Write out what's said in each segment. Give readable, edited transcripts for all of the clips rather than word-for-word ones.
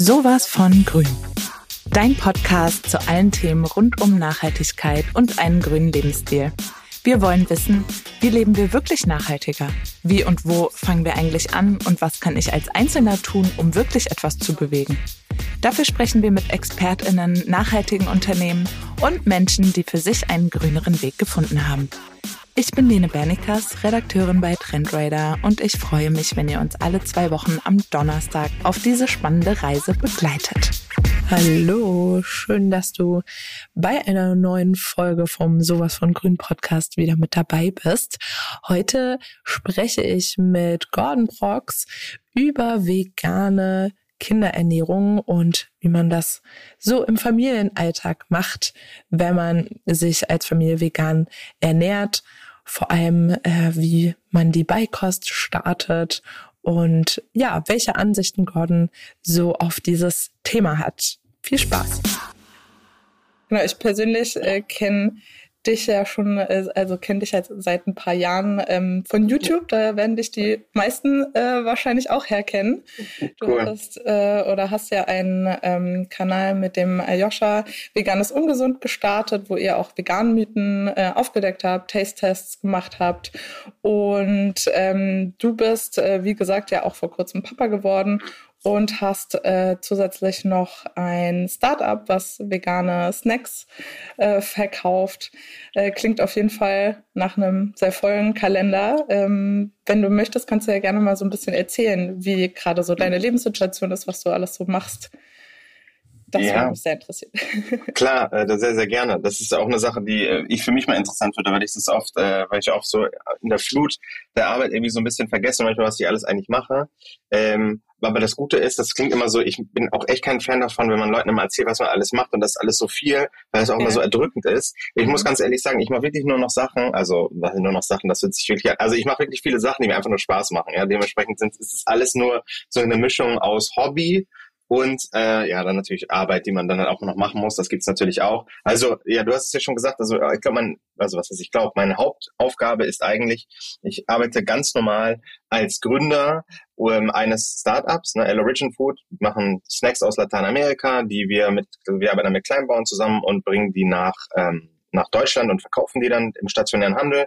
Sowas von grün. Dein Podcast zu allen Themen rund um Nachhaltigkeit und einen grünen Lebensstil. Wir wollen wissen, wie leben wir wirklich nachhaltiger? Wie und wo fangen wir eigentlich an und was kann ich als Einzelner tun, um wirklich etwas zu bewegen? Dafür sprechen wir mit ExpertInnen, nachhaltigen Unternehmen und Menschen, die für sich einen grüneren Weg gefunden haben. Ich bin Lene Bernikas, Redakteurin bei Trendradar und ich freue mich, wenn ihr uns alle 2 Wochen am Donnerstag auf diese spannende Reise begleitet. Hallo, schön, dass du bei einer neuen Folge vom Sowas von Grün Podcast wieder mit dabei bist. Heute spreche ich mit Gordon Brox über vegane Kinderernährung und wie man das so im Familienalltag macht, wenn man sich als Familie vegan ernährt. Vor allem, wie man die Beikost startet und ja, welche Ansichten Gordon so auf dieses Thema hat. Viel Spaß! Genau, ich persönlich kenne dich ja schon, kenne dich halt seit ein paar Jahren von YouTube. Da werden dich die meisten wahrscheinlich auch herkennen. Du hast ja einen Kanal mit dem Aljoscha Vegan ist ungesund gestartet, wo ihr auch Vegan-Mythen aufgedeckt habt, Taste-Tests gemacht habt. Und du bist, wie gesagt, ja auch vor kurzem Papa geworden und hast zusätzlich noch ein Startup, was vegane Snacks verkauft. Klingt auf jeden Fall nach einem sehr vollen Kalender. Wenn du möchtest, kannst du ja gerne mal so ein bisschen erzählen, wie gerade so deine Lebenssituation ist, was du alles so machst. Das würde mich sehr interessieren. Klar, sehr, sehr gerne. Das ist auch eine Sache, die ich für mich mal interessant finde, weil ich oft so in der Flut der Arbeit irgendwie so ein bisschen vergesse, manchmal, was ich alles eigentlich mache. Aber das Gute ist, das klingt immer so, ich bin auch echt kein Fan davon, wenn man Leuten immer erzählt, was man alles macht und das ist alles so viel, weil es auch immer so erdrückend ist. Ich muss ganz ehrlich sagen, ich mache wirklich nur noch Sachen, das wird sich wirklich, also ich mache wirklich viele Sachen, die mir einfach nur Spaß machen. Ja, dementsprechend ist es alles nur so eine Mischung aus Hobby und dann natürlich Arbeit, die man dann auch noch machen muss, das gibt's natürlich auch. Also ja, du hast es ja schon gesagt, ich glaube, meine Hauptaufgabe ist eigentlich, ich arbeite ganz normal als Gründer eines Startups, L-Origin Food, wir machen Snacks aus Lateinamerika, wir arbeiten dann mit Kleinbauern zusammen und bringen die nach Deutschland und verkaufen die dann im stationären Handel.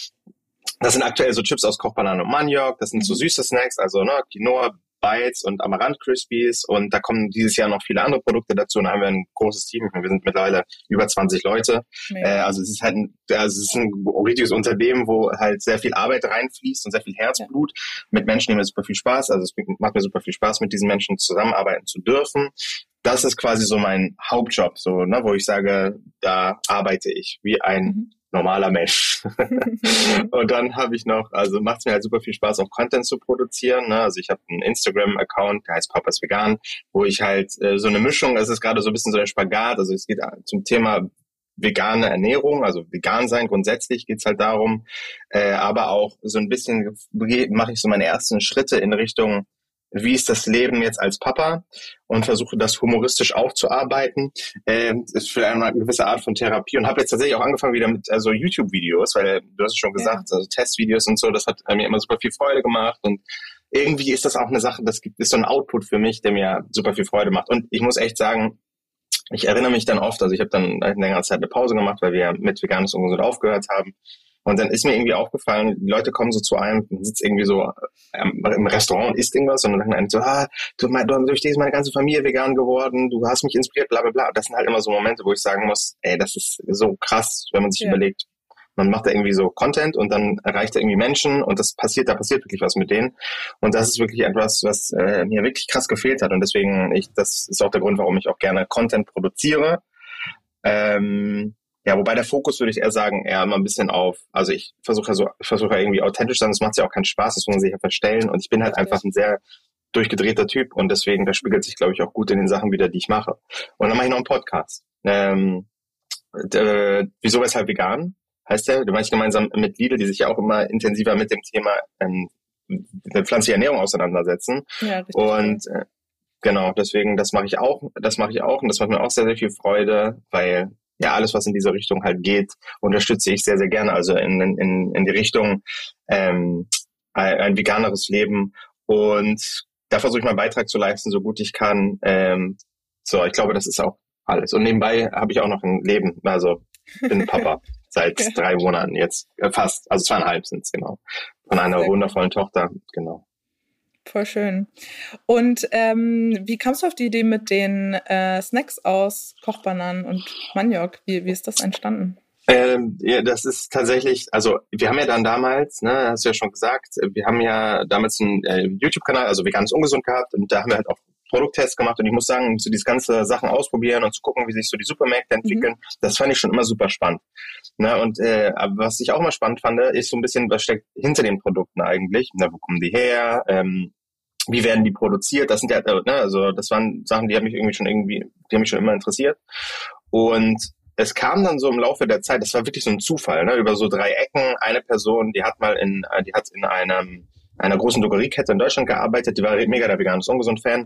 Das sind aktuell so Chips aus Kochbananen und Maniok, das sind so süße Snacks, also Quinoa, Bites und Amaranth Crispies und da kommen dieses Jahr noch viele andere Produkte dazu und da haben wir ein großes Team. Wir sind mittlerweile über 20 Leute. Es ist ein richtiges Unternehmen, wo halt sehr viel Arbeit reinfließt und sehr viel Herzblut mit Menschen, die mir super viel Spaß. Also es macht mir super viel Spaß, mit diesen Menschen zusammenarbeiten zu dürfen. Das ist quasi so mein Hauptjob, wo ich sage, da arbeite ich wie ein normaler Mensch. Und dann habe ich noch, macht es mir halt super viel Spaß, auch Content zu produzieren. Also ich habe einen Instagram-Account, der heißt Papas Vegan, wo ich halt so eine Mischung, es ist gerade so ein bisschen so der Spagat, also es geht zum Thema vegane Ernährung, also vegan sein grundsätzlich geht's halt darum, aber auch so ein bisschen mache ich so meine ersten Schritte in Richtung, wie ist das Leben jetzt als Papa und versuche das humoristisch aufzuarbeiten. Ist für eine gewisse Art von Therapie und habe jetzt tatsächlich auch angefangen wieder mit YouTube-Videos, weil du hast es schon gesagt, also Testvideos und so, das hat mir immer super viel Freude gemacht und irgendwie ist das auch eine Sache, ist so ein Output für mich, der mir super viel Freude macht. Und ich muss echt sagen, ich erinnere mich dann oft, also ich habe dann in längerer Zeit eine Pause gemacht, weil wir mit Veganes ungesund aufgehört haben. Und dann ist mir irgendwie aufgefallen, die Leute kommen so zu einem, man sitzt irgendwie so im Restaurant und isst irgendwas und dann sagen einem so, durch dich ist meine ganze Familie vegan geworden, du hast mich inspiriert, bla bla bla. Das sind halt immer so Momente, wo ich sagen muss, das ist so krass, wenn man sich überlegt, man macht da irgendwie so Content und dann erreicht er irgendwie Menschen und da passiert wirklich was mit denen. Und das ist wirklich etwas, was mir wirklich krass gefehlt hat. Und deswegen, das ist auch der Grund, warum ich auch gerne Content produziere. Wobei der Fokus, würde ich eher sagen, eher immer ein bisschen ich versuche irgendwie authentisch zu sein, das macht ja auch keinen Spaß, das muss man sich ja verstellen und ich bin halt einfach ein sehr durchgedrehter Typ und deswegen, das spiegelt sich, glaube ich, auch gut in den Sachen wieder, die ich mache. Und dann mache ich noch einen Podcast. Wieso, weshalb vegan? Heißt der, den mache ich gemeinsam mit Lidl, die sich ja auch immer intensiver mit dem Thema pflanzliche Ernährung auseinandersetzen. Ja, richtig. Und genau, deswegen, das mache ich auch und das macht mir auch sehr, sehr viel Freude, weil alles, was in diese Richtung halt geht, unterstütze ich sehr, sehr gerne. Also in die Richtung ein veganeres Leben. Und da versuche ich meinen Beitrag zu leisten, so gut ich kann. So, ich glaube, das ist auch alles. Und nebenbei habe ich auch noch ein Leben. Also bin Papa seit 3 Monaten jetzt, fast, also 2,5 sind es genau. Von einer wundervollen Tochter, genau. Voll schön. Und wie kamst du auf die Idee mit den Snacks aus Kochbananen und Maniok? Wie ist das entstanden? Ja, das ist tatsächlich, also wir haben ja dann damals, ne, hast du ja schon gesagt, wir haben ja damals einen YouTube-Kanal, also Veganes Ungesund gehabt, und da haben wir halt auch Produkttests gemacht, und ich muss sagen, so diese ganze Sachen ausprobieren und zu gucken, wie sich so die Supermärkte entwickeln, das fand ich schon immer super spannend. Ne, und aber was ich auch immer spannend fand, ist so ein bisschen, was steckt hinter den Produkten eigentlich, ne, wo kommen die her, wie werden die produziert, das sind ja, ne, also das waren Sachen, die haben mich schon immer interessiert. Und es kam dann so im Laufe der Zeit, das war wirklich so ein Zufall, ne, über so 3 Ecken. Eine Person, die hat in einer großen Drogeriekette in Deutschland gearbeitet, die war mega der Veganes Ungesund-Fan.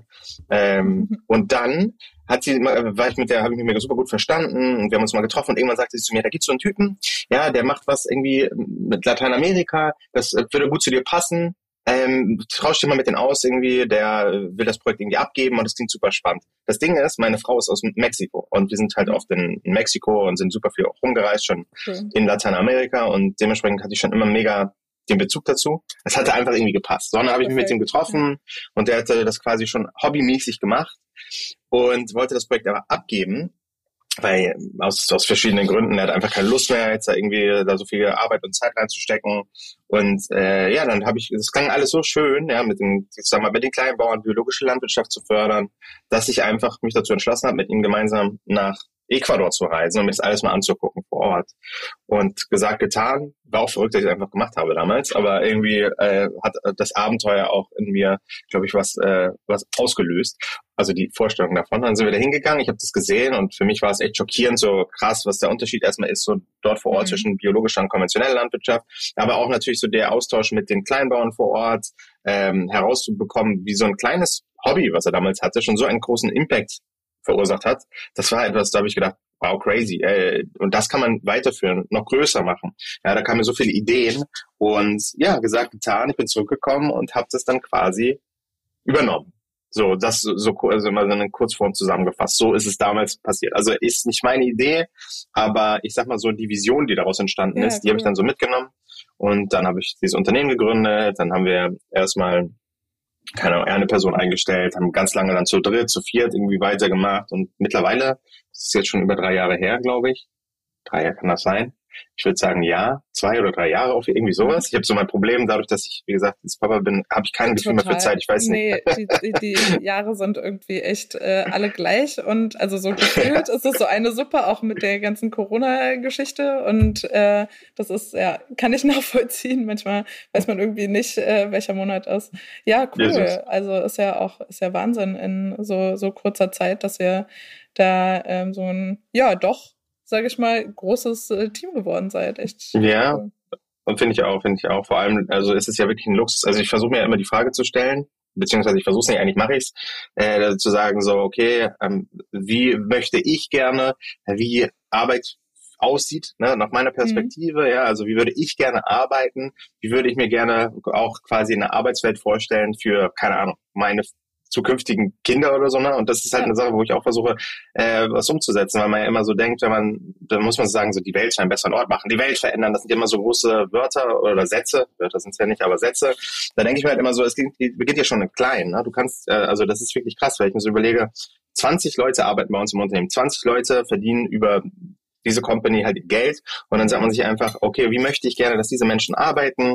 Und dann habe ich mich mega super gut verstanden, und wir haben uns mal getroffen, und irgendwann sagte sie zu mir, da gibt's so einen Typen, ja, der macht was irgendwie mit Lateinamerika, das würde gut zu dir passen. Tausch dich mal mit denen aus irgendwie, der will das Projekt irgendwie abgeben, und das klingt super spannend. Das Ding ist, meine Frau ist aus Mexiko, und wir sind halt oft in Mexiko und sind super viel auch rumgereist, schon in Lateinamerika, und dementsprechend hatte ich schon immer mega den Bezug dazu. Es hatte einfach irgendwie gepasst. So, dann habe ich mich mit ihm getroffen, und der hatte das quasi schon hobbymäßig gemacht und wollte das Projekt aber abgeben, weil aus verschiedenen Gründen, er hat einfach keine Lust mehr, jetzt da irgendwie da so viel Arbeit und Zeit reinzustecken. Und dann es klang alles so schön, ja, mit den Kleinbauern biologische Landwirtschaft zu fördern, dass ich einfach mich dazu entschlossen habe, mit ihm gemeinsam nach Ecuador zu reisen, um mir das alles mal anzugucken vor Ort. Und gesagt, getan, war auch verrückt, dass ich es einfach gemacht habe damals, aber irgendwie hat das Abenteuer auch in mir, glaube ich, was ausgelöst. Also die Vorstellung davon. Dann sind wir da hingegangen, ich habe das gesehen, und für mich war es echt schockierend, so krass, was der Unterschied erstmal ist, so dort vor Ort zwischen biologischer und konventioneller Landwirtschaft, aber auch natürlich so der Austausch mit den Kleinbauern vor Ort, herauszubekommen, wie so ein kleines Hobby, was er damals hatte, schon so einen großen Impact verursacht hat. Das war etwas, da habe ich gedacht, wow, crazy. Und das kann man weiterführen, noch größer machen. Ja, da kamen mir so viele Ideen, und ja, gesagt, getan, ich bin zurückgekommen und habe das dann quasi übernommen. So, das also mal so eine Kurzform zusammengefasst. So ist es damals passiert. Also ist nicht meine Idee, aber ich sag mal so, die Vision, die daraus entstanden ist, die habe ich dann so mitgenommen, und dann habe ich dieses Unternehmen gegründet. Dann haben wir erstmal eine Person eingestellt, haben ganz lange dann zu dritt, zu viert irgendwie weitergemacht, und mittlerweile, das ist jetzt schon über 3 Jahre her, glaube ich. 3 Jahre kann das sein. Ich würde sagen, ja, 2 oder 3 Jahre auf irgendwie sowas. Ich habe so mein Problem, dadurch, dass ich, wie gesagt, jetzt Papa bin, habe ich kein Gefühl mehr für Zeit, ich weiß nicht. Die Jahre sind irgendwie echt alle gleich, und also so gefühlt ist es so eine Suppe, auch mit der ganzen Corona-Geschichte, und das ist, ja, kann ich nachvollziehen. Manchmal weiß man irgendwie nicht, welcher Monat ist. Ja, cool. Jesus. Also ist ja Wahnsinn in so kurzer Zeit, dass wir da so ein, ja, doch, sage ich mal, großes Team geworden seid. Echt. Ja, cool. Und finde ich auch. Vor allem, also es ist ja wirklich ein Luxus. Also ich versuche mir ja immer die Frage zu stellen, beziehungsweise ich versuche es nicht, eigentlich mache ich es, zu sagen so, okay, wie möchte ich gerne, wie Arbeit aussieht, ne, nach meiner Perspektive, ja, also wie würde ich gerne arbeiten, wie würde ich mir gerne auch quasi eine Arbeitswelt vorstellen für, keine Ahnung, meine zukünftigen Kinder oder so, ne? Und das ist halt eine Sache, wo ich auch versuche, was umzusetzen, weil man ja immer so denkt, dann muss man sagen, so die Welt zu einem besseren Ort machen, die Welt verändern, das sind immer so große Wörter oder Sätze, Wörter sind es ja nicht, aber Sätze. Da denke ich mir halt immer so, beginnt ja schon in klein, ne? Du kannst, also das ist wirklich krass, weil ich mir so überlege, 20 Leute arbeiten bei uns im Unternehmen, 20 Leute verdienen über diese Company halt Geld, und dann sagt man sich einfach, okay, wie möchte ich gerne, dass diese Menschen arbeiten,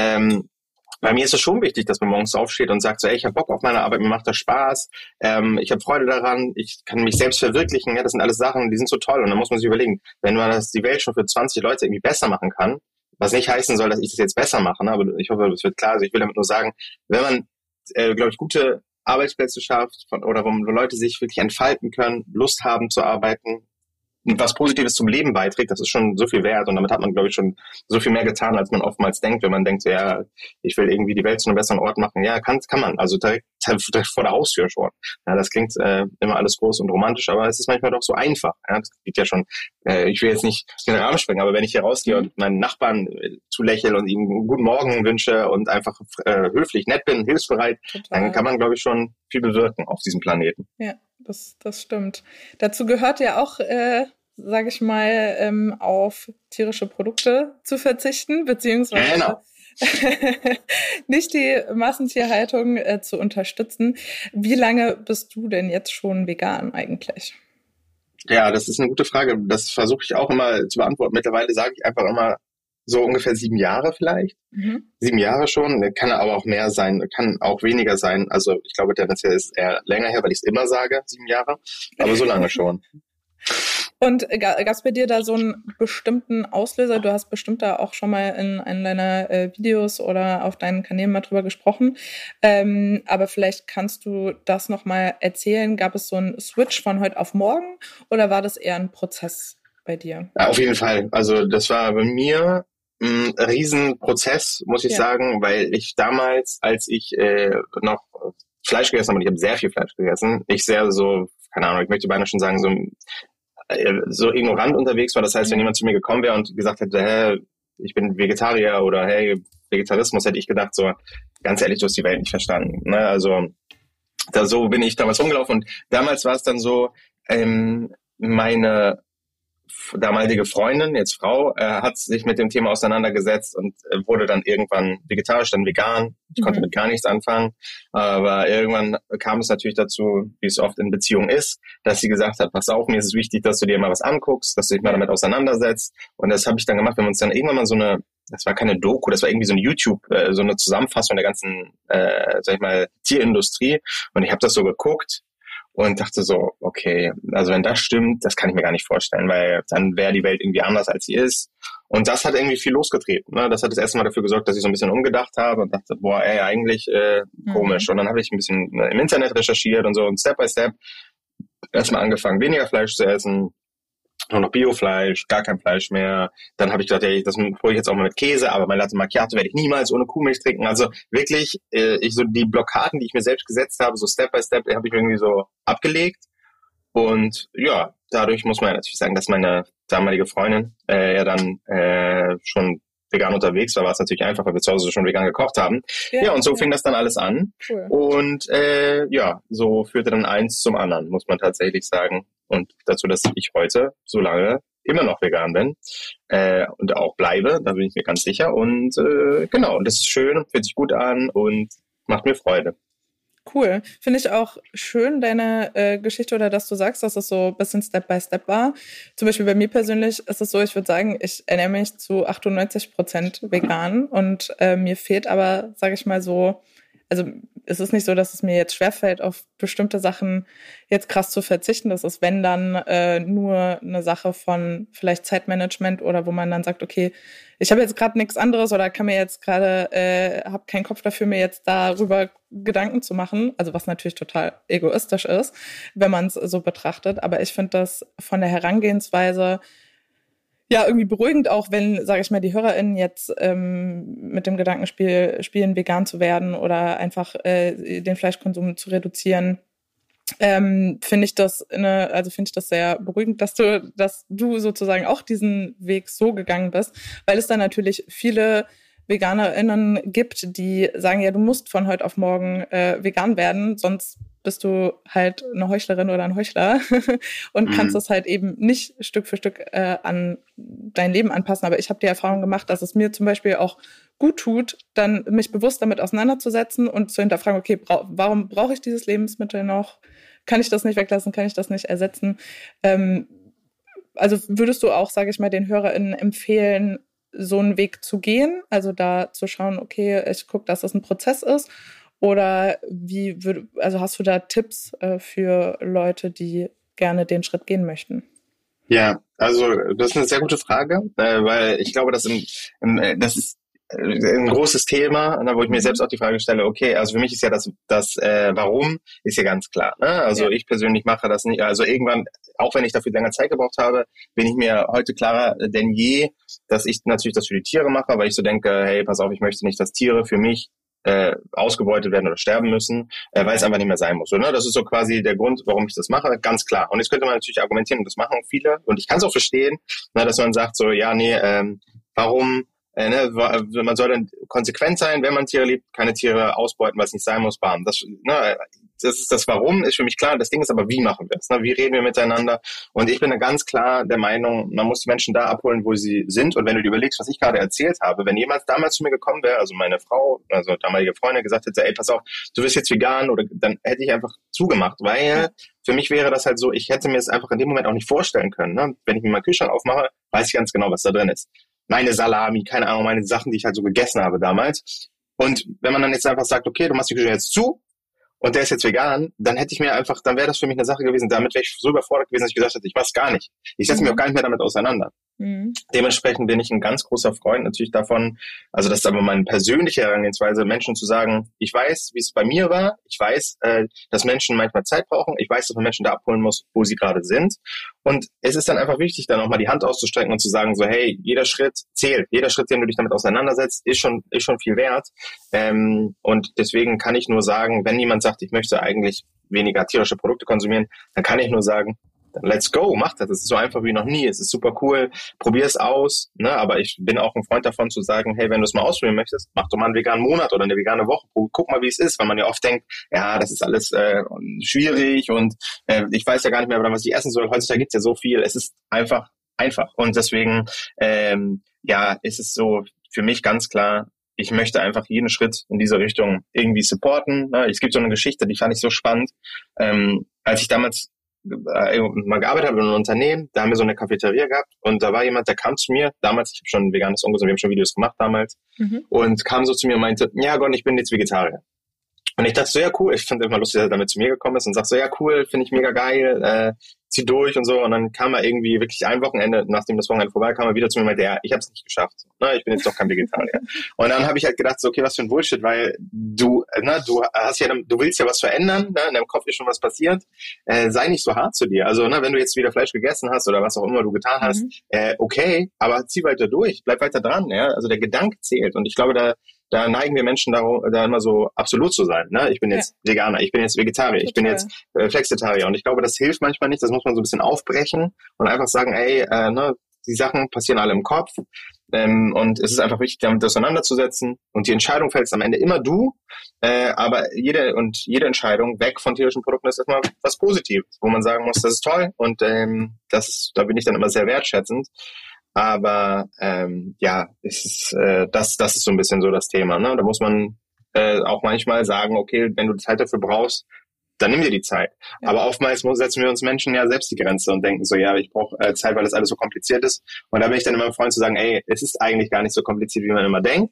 bei mir ist es schon wichtig, dass man morgens aufsteht und sagt so, ey, ich habe Bock auf meine Arbeit, mir macht das Spaß, ich habe Freude daran, ich kann mich selbst verwirklichen, ja, das sind alles Sachen, die sind so toll, und dann muss man sich überlegen, wenn man das die Welt schon für 20 Leute irgendwie besser machen kann, was nicht heißen soll, dass ich das jetzt besser mache, ne, aber ich hoffe, das wird klar, also ich will damit nur sagen, wenn man, glaube ich, gute Arbeitsplätze schafft, oder wo Leute sich wirklich entfalten können, Lust haben zu arbeiten, was Positives zum Leben beiträgt, das ist schon so viel wert und damit hat man, glaube ich, schon so viel mehr getan, als man oftmals denkt, wenn man denkt, ja, ich will irgendwie die Welt zu einem besseren Ort machen. Ja, kann man, also direkt vor der Haustür schon. Ja, das klingt immer alles groß und romantisch, aber es ist manchmal doch so einfach. Ja, das geht ja schon, ich will jetzt nicht den Rahmen sprengen, aber wenn ich hier rausgehe und meinen Nachbarn zulächle und ihm einen guten Morgen wünsche und einfach höflich, nett bin, hilfsbereit, dann kann man, glaube ich, schon viel bewirken auf diesem Planeten. Ja, das stimmt. Dazu gehört ja auch, sage ich mal, auf tierische Produkte zu verzichten, beziehungsweise genau. nicht die Massentierhaltung zu unterstützen. Wie lange bist du denn jetzt schon vegan eigentlich? Ja, das ist eine gute Frage. Das versuche ich auch immer zu beantworten. Mittlerweile sage ich einfach immer so ungefähr 7 Jahre vielleicht. 7 Jahre schon. Kann aber auch mehr sein, kann auch weniger sein. Also ich glaube, tendenziell ist eher länger her, weil ich es immer sage, 7 Jahre. Aber so lange schon. Und gab es bei dir da so einen bestimmten Auslöser? Du hast bestimmt da auch schon mal in einem deiner Videos oder auf deinen Kanälen mal drüber gesprochen. Aber vielleicht kannst du das nochmal erzählen. Gab es so einen Switch von heute auf morgen oder war das eher ein Prozess bei dir? Ja, auf jeden Fall. Also das war bei mir ein Riesenprozess, muss ich sagen, weil ich damals, als ich noch Fleisch gegessen habe, und ich habe sehr viel Fleisch gegessen, ich sehr so, keine Ahnung, ich möchte beinahe schon sagen, so ignorant unterwegs war. Das heißt, wenn jemand zu mir gekommen wäre und gesagt hätte, ich bin Vegetarier oder hey, Vegetarismus, hätte ich gedacht, so, ganz ehrlich, du hast die Welt nicht verstanden. Ne? Also so bin ich damals rumgelaufen und damals war es dann so, meine damalige Freundin, jetzt Frau, hat sich mit dem Thema auseinandergesetzt und wurde dann irgendwann vegetarisch, dann vegan. Ich konnte mit gar nichts anfangen. Aber irgendwann kam es natürlich dazu, wie es oft in Beziehungen ist, dass sie gesagt hat, pass auf, mir ist es wichtig, dass du dir mal was anguckst, dass du dich mal damit auseinandersetzt. Und das habe ich dann gemacht, wenn wir uns dann irgendwann mal das war keine Doku, das war irgendwie so eine YouTube, so eine Zusammenfassung der ganzen, sag ich mal, Tierindustrie. Und ich habe das so geguckt und dachte so, okay, also wenn das stimmt, das kann ich mir gar nicht vorstellen, weil dann wäre die Welt irgendwie anders, als sie ist. Und das hat irgendwie viel losgetreten. Ne? Das hat das erste Mal dafür gesorgt, dass ich so ein bisschen umgedacht habe und dachte, boah, eigentlich komisch. Und dann habe ich ein bisschen im Internet recherchiert und so und Step by Step erstmal angefangen, weniger Fleisch zu essen, nur noch Biofleisch, gar kein Fleisch mehr. Dann habe ich gedacht, das probiere ich jetzt auch mal mit Käse, aber mein Latte Macchiato werde ich niemals ohne Kuhmilch trinken. Also wirklich, so die Blockaden, die ich mir selbst gesetzt habe, so Step by Step, habe ich irgendwie so abgelegt. Und ja, dadurch muss man ja natürlich sagen, dass meine damalige Freundin ja dann schon vegan unterwegs war, war es natürlich einfach, weil wir zu Hause schon vegan gekocht haben. Ja, und so fing das dann alles an. Cool. Und so führte dann eins zum anderen, muss man tatsächlich sagen. Und dazu, dass ich heute so lange immer noch vegan bin und auch bleibe, da bin ich mir ganz sicher. Und genau, und das ist schön, fühlt sich gut an und macht mir Freude. Cool. Finde ich auch schön, deine Geschichte oder dass du sagst, dass es so ein bisschen Step by Step war. Zum Beispiel bei mir persönlich ist es so, ich würde sagen, ich ernähre mich zu 98% vegan und mir fehlt aber, sage ich mal so, also es ist nicht so, dass es mir jetzt schwerfällt, auf bestimmte Sachen jetzt krass zu verzichten. Das ist, wenn dann nur eine Sache von vielleicht Zeitmanagement oder wo man dann sagt, okay, ich habe jetzt gerade nichts anderes oder kann mir jetzt gerade, habe keinen Kopf dafür, mir jetzt darüber Gedanken zu machen. Also was natürlich total egoistisch ist, wenn man es so betrachtet. Aber ich finde das von der Herangehensweise ja irgendwie beruhigend, auch wenn, sage ich mal, die HörerInnen jetzt mit dem Gedanken spielen, vegan zu werden oder einfach den Fleischkonsum zu reduzieren. Finde ich das sehr beruhigend, dass du sozusagen auch diesen Weg so gegangen bist, weil es da natürlich viele VeganerInnen gibt, die sagen, ja, du musst von heute auf morgen vegan werden, sonst bist du halt eine Heuchlerin oder ein Heuchler und kannst das halt eben nicht Stück für Stück an dein Leben anpassen. Aber ich habe die Erfahrung gemacht, dass es mir zum Beispiel auch gut tut, dann mich bewusst damit auseinanderzusetzen und zu hinterfragen, okay, warum brauche ich dieses Lebensmittel noch? Kann ich das nicht weglassen? Kann ich das nicht ersetzen? Also würdest du auch, sage ich mal, den HörerInnen empfehlen, so einen Weg zu gehen? Also da zu schauen, okay, ich gucke, dass das ein Prozess ist. Oder hast du da Tipps für Leute, die gerne den Schritt gehen möchten? Ja, also das ist eine sehr gute Frage, weil ich glaube, dass das ist ein großes Thema, wo ich mir selbst auch die Frage stelle, okay, also für mich ist ja das Warum ist ja ganz klar. Ne? Also ich persönlich mache das nicht, also irgendwann, auch wenn ich dafür länger Zeit gebraucht habe, bin ich mir heute klarer denn je, dass ich natürlich das für die Tiere mache, weil ich so denke, hey, pass auf, ich möchte nicht, dass Tiere für mich ausgebeutet werden oder sterben müssen, weil es einfach nicht mehr sein muss. So, ne? Das ist so quasi der Grund, warum ich das mache, ganz klar. Und jetzt könnte man natürlich argumentieren, und das machen viele, und ich kann es auch verstehen, ne, dass man sagt so, ja, nee, warum man soll dann konsequent sein, wenn man Tiere liebt, keine Tiere ausbeuten, was nicht sein muss, bam. Das ist das Warum, ist für mich klar. Das Ding ist aber, wie machen wir es? Ne? Wie reden wir miteinander? Und ich bin da ganz klar der Meinung, man muss die Menschen da abholen, wo sie sind. Und wenn du dir überlegst, was ich gerade erzählt habe, wenn jemand damals zu mir gekommen wäre, also meine Frau, also damalige Freundin, gesagt hätte, ey, pass auf, du wirst jetzt vegan, oder dann hätte ich einfach zugemacht, weil für mich wäre das halt so, ich hätte mir es einfach in dem Moment auch nicht vorstellen können. Ne? Wenn ich mir meinen Kühlschrank aufmache, weiß ich ganz genau, was da drin ist. Meine Salami, keine Ahnung, meine Sachen, die ich halt so gegessen habe damals. Und wenn man dann jetzt einfach sagt, okay, du machst die Küche jetzt zu und der ist jetzt vegan, dann dann wäre das für mich eine Sache gewesen, damit wäre ich so überfordert gewesen, dass ich gesagt hätte, ich mach's gar nicht. Ich setze mich auch gar nicht mehr damit auseinander. Dementsprechend bin ich ein ganz großer Freund natürlich davon, also das ist aber meine persönliche Herangehensweise, Menschen zu sagen, ich weiß, wie es bei mir war, ich weiß, dass Menschen manchmal Zeit brauchen, ich weiß, dass man Menschen da abholen muss, wo sie gerade sind, und es ist dann einfach wichtig, dann auch mal die Hand auszustrecken und zu sagen, so, hey, jeder Schritt zählt, jeder Schritt, den du dich damit auseinandersetzt, ist schon viel wert, und deswegen kann ich nur sagen, wenn jemand sagt, ich möchte eigentlich weniger tierische Produkte konsumieren, dann kann ich nur sagen, let's go, mach das. Es ist so einfach wie noch nie. Es ist super cool. Probier es aus. Ne? Aber ich bin auch ein Freund davon zu sagen, hey, wenn du es mal ausprobieren möchtest, mach doch mal einen veganen Monat oder eine vegane Woche. Guck mal, wie es ist, weil man ja oft denkt, ja, das ist alles schwierig und ich weiß ja gar nicht mehr, was ich essen soll. Heutzutage gibt's ja so viel. Es ist einfach. Und deswegen, ist es so für mich ganz klar, ich möchte einfach jeden Schritt in diese Richtung irgendwie supporten. Ne? Es gibt so eine Geschichte, die fand ich so spannend. Als ich damals mal gearbeitet habe in einem Unternehmen, da haben wir so eine Cafeteria gehabt und da war jemand, der kam zu mir, damals, ich habe schon veganes Ungesund, wir haben schon Videos gemacht damals, und kam so zu mir und meinte, ja Gott, ich bin jetzt Vegetarier. Und ich dachte so, ja cool, ich fand immer lustig, dass er damit zu mir gekommen ist und sagt so, ja cool, finde ich mega geil, zieh durch und so. Und dann kam er irgendwie wirklich ein Wochenende, nachdem das Wochenende vorbei kam, er wieder zu mir und meinte, ja, ich habe es nicht geschafft. Ne, ich bin jetzt doch kein Vegetarier. Und dann habe ich halt gedacht, so, okay, was für ein Bullshit, weil du willst ja was verändern, ne, in deinem Kopf ist schon was passiert. Sei nicht so hart zu dir. Also, ne, wenn du jetzt wieder Fleisch gegessen hast oder was auch immer du getan hast, okay, aber zieh weiter durch, bleib weiter dran. Ja? Also der Gedanke zählt. Und ich glaube, da neigen wir Menschen da immer so absolut zu sein. Ne? Ich bin jetzt Veganer, ich bin jetzt Vegetarier, ich bin jetzt Flexitarier. Und ich glaube, das hilft manchmal nicht. Das muss man so ein bisschen aufbrechen und einfach sagen, ey, die Sachen passieren alle im Kopf. Und es ist einfach wichtig, damit auseinanderzusetzen. Und die Entscheidung fällst am Ende immer du. Aber jede Entscheidung weg von tierischen Produkten ist erstmal was Positives, wo man sagen muss, das ist toll. Und da bin ich dann immer sehr wertschätzend. Aber das ist so ein bisschen so das Thema. Ne? Da muss man auch manchmal sagen, okay, wenn du Zeit dafür brauchst, dann nimm dir die Zeit. Ja. Aber oftmals setzen wir uns Menschen ja selbst die Grenze und denken so, ja, ich brauche Zeit, weil das alles so kompliziert ist. Und da bin ich dann immer ein Freund zu sagen, ey, es ist eigentlich gar nicht so kompliziert, wie man immer denkt.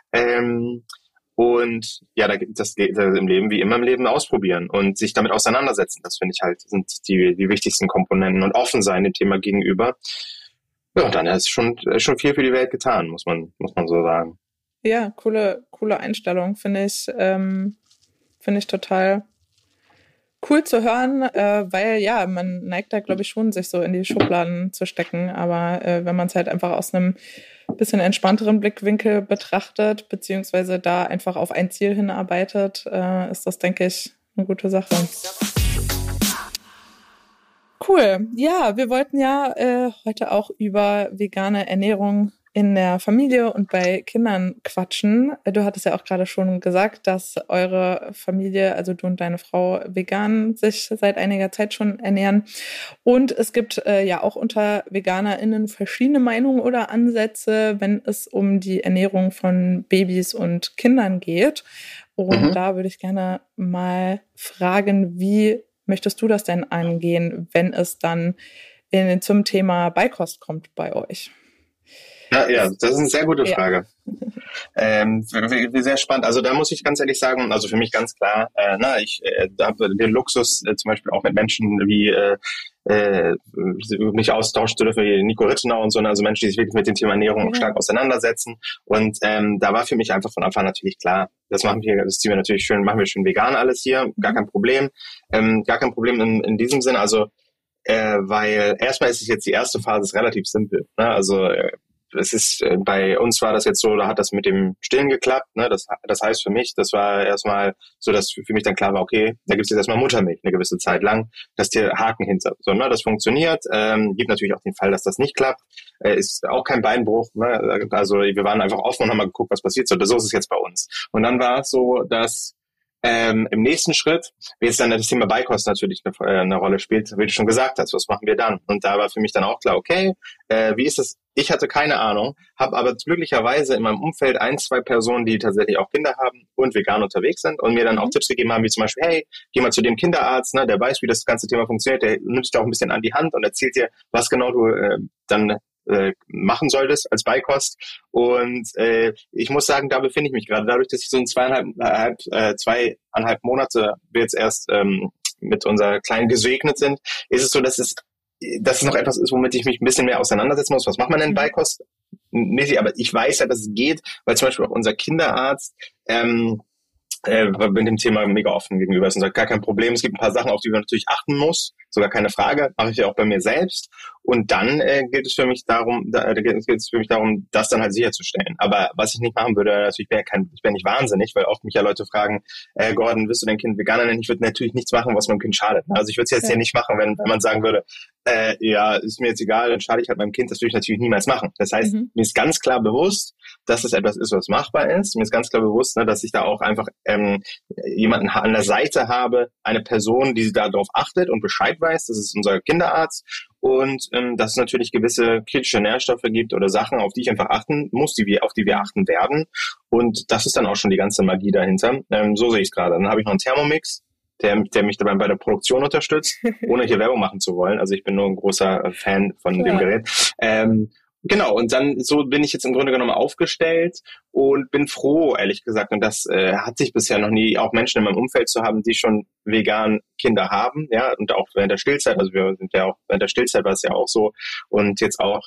Und ja, da gibt es im Leben wie immer im Leben ausprobieren und sich damit auseinandersetzen. Das finde ich halt, sind die wichtigsten Komponenten, und offen sein dem Thema gegenüber. Ja, und dann ist schon viel für die Welt getan, muss man so sagen. Ja, coole Einstellung, finde ich total cool zu hören, weil ja, man neigt da, glaube ich, schon, sich so in die Schubladen zu stecken, aber wenn man es halt einfach aus einem bisschen entspannteren Blickwinkel betrachtet, beziehungsweise da einfach auf ein Ziel hinarbeitet, ist das, denke ich, eine gute Sache. Cool. Ja, wir wollten ja heute auch über vegane Ernährung in der Familie und bei Kindern quatschen. Du hattest ja auch gerade schon gesagt, dass eure Familie, also du und deine Frau, vegan sich seit einiger Zeit schon ernähren. Und es gibt ja auch unter VeganerInnen verschiedene Meinungen oder Ansätze, wenn es um die Ernährung von Babys und Kindern geht. Und da würde ich gerne mal fragen, wie möchtest du das denn angehen, wenn es dann zum Thema Beikost kommt bei euch? Ja, das ist eine sehr gute Frage. Sehr spannend. Also da muss ich ganz ehrlich sagen, also für mich ganz klar, ich habe den Luxus, zum Beispiel auch mit Menschen wie mich austauschen zu dürfen wie Nico Rittenau und so, also Menschen, die sich wirklich mit dem Thema Ernährung stark auseinandersetzen. Und da war für mich einfach von Anfang an natürlich klar, das ziehen wir natürlich schön, machen wir schön vegan alles hier, gar kein Problem. Gar kein Problem in diesem Sinne, also weil erstmal ist es jetzt die erste Phase, ist relativ simpel. Ne? Also es ist, bei uns war das jetzt so, da hat das mit dem Stillen geklappt. Ne? Das heißt für mich, das war erstmal so, dass für mich dann klar war, okay, da gibt es jetzt erstmal Muttermilch eine gewisse Zeit lang, dass der Haken hinter. So, ne? Das funktioniert. Gibt natürlich auch den Fall, dass das nicht klappt. Ist auch kein Beinbruch. Ne? Also wir waren einfach offen und haben mal geguckt, was passiert. So ist es jetzt bei uns. Und dann war es so, dass im nächsten Schritt, wie jetzt dann das Thema Beikost natürlich eine Rolle spielt, wie du schon gesagt hast, was machen wir dann? Und da war für mich dann auch klar, okay, wie ist das? Ich hatte keine Ahnung, habe aber glücklicherweise in meinem Umfeld 1-2 Personen, die tatsächlich auch Kinder haben und vegan unterwegs sind und mir dann auch Tipps gegeben haben, wie zum Beispiel, hey, geh mal zu dem Kinderarzt, ne, der weiß, wie das ganze Thema funktioniert, der nimmt dich da auch ein bisschen an die Hand und erzählt dir, was genau du dann machen solltest als Beikost. Und ich muss sagen, da befinde ich mich gerade. Dadurch, dass ich so in 2,5 Monate wir jetzt erst mit unserer Kleinen gesegnet sind, ist es so, dass es noch etwas ist, womit ich mich ein bisschen mehr auseinandersetzen muss. Was macht man denn Beikost? Aber ich weiß ja, dass es geht, weil zum Beispiel auch unser Kinderarzt mit dem Thema mega offen gegenüber ist und sagt, gar kein Problem. Es gibt ein paar Sachen, auf die man natürlich achten muss, sogar keine Frage, mache ich ja auch bei mir selbst. Und dann geht es für mich darum, das dann halt sicherzustellen. Aber was ich nicht machen würde, natürlich ich wäre nicht wahnsinnig, weil oft mich ja Leute fragen, Gordon, willst du dein Kind Veganer nennen? Ich würde natürlich nichts machen, was meinem Kind schadet. Also ich würde es jetzt hier nicht machen, wenn man sagen würde, ja, ist mir jetzt egal, dann schade ich halt meinem Kind. Das würde ich natürlich niemals machen. Das heißt, mir ist ganz klar bewusst, dass es etwas ist, was machbar ist. Mir ist ganz klar bewusst, ne, dass ich da auch einfach jemanden an der Seite habe, eine Person, die darauf achtet und Bescheid weiß. Das ist unser Kinderarzt. Und dass es natürlich gewisse kritische Nährstoffe gibt oder Sachen, auf die ich einfach achten muss, auf die wir achten werden. Und das ist dann auch schon die ganze Magie dahinter. So sehe ich es gerade. Dann habe ich noch einen Thermomix, der mich dabei bei der Produktion unterstützt, ohne hier Werbung machen zu wollen. Also ich bin nur ein großer Fan von dem Gerät. Genau, und dann so bin ich jetzt im Grunde genommen aufgestellt und bin froh, ehrlich gesagt. Und das hat sich bisher noch nie, auch Menschen in meinem Umfeld zu haben, die schon vegan Kinder haben, ja, und auch während der Stillzeit, also wir sind ja auch, während der Stillzeit war es ja auch so und jetzt auch,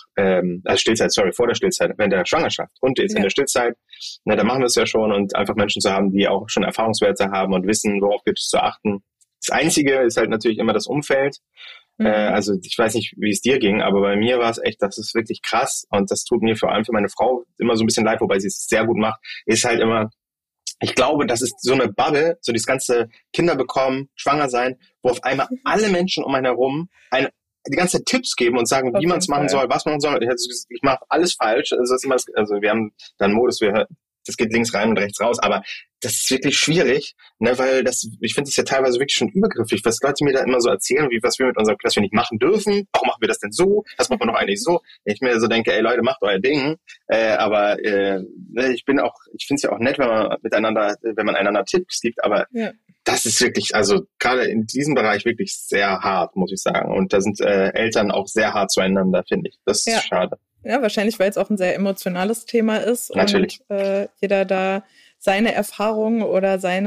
vor der Stillzeit, während der Schwangerschaft und jetzt in der Stillzeit, na, da machen wir es ja schon und einfach Menschen zu haben, die auch schon Erfahrungswerte haben und wissen, worauf gilt es zu achten. Das Einzige ist halt natürlich immer das Umfeld. Also ich weiß nicht, wie es dir ging, aber bei mir war es echt, das ist wirklich krass und das tut mir vor allem für meine Frau immer so ein bisschen leid, wobei sie es sehr gut macht, ist halt immer, ich glaube, das ist so eine Bubble, so dieses ganze Kinder bekommen, schwanger sein, wo auf einmal alle Menschen um einen herum die ganze Zeit Tipps geben und sagen, wie man es machen soll, was man soll. Ich mache alles falsch. Also wir haben dann Modus, das geht links rein und rechts raus, aber das ist wirklich schwierig, ne, weil ich finde es ja teilweise wirklich schon übergriffig, was Leute mir da immer so erzählen, was wir nicht machen dürfen, warum machen wir das denn so, das macht man doch eigentlich so. Ich mir so denke, ey Leute, macht euer Ding, aber ich finde es ja auch nett, wenn man einander Tipps gibt, aber das ist wirklich, also gerade in diesem Bereich wirklich sehr hart, muss ich sagen, und da sind Eltern auch sehr hart zueinander, finde ich. Das ist schade. Ja, wahrscheinlich, weil es auch ein sehr emotionales Thema ist. Natürlich. Und jeder da seine Erfahrungen oder sein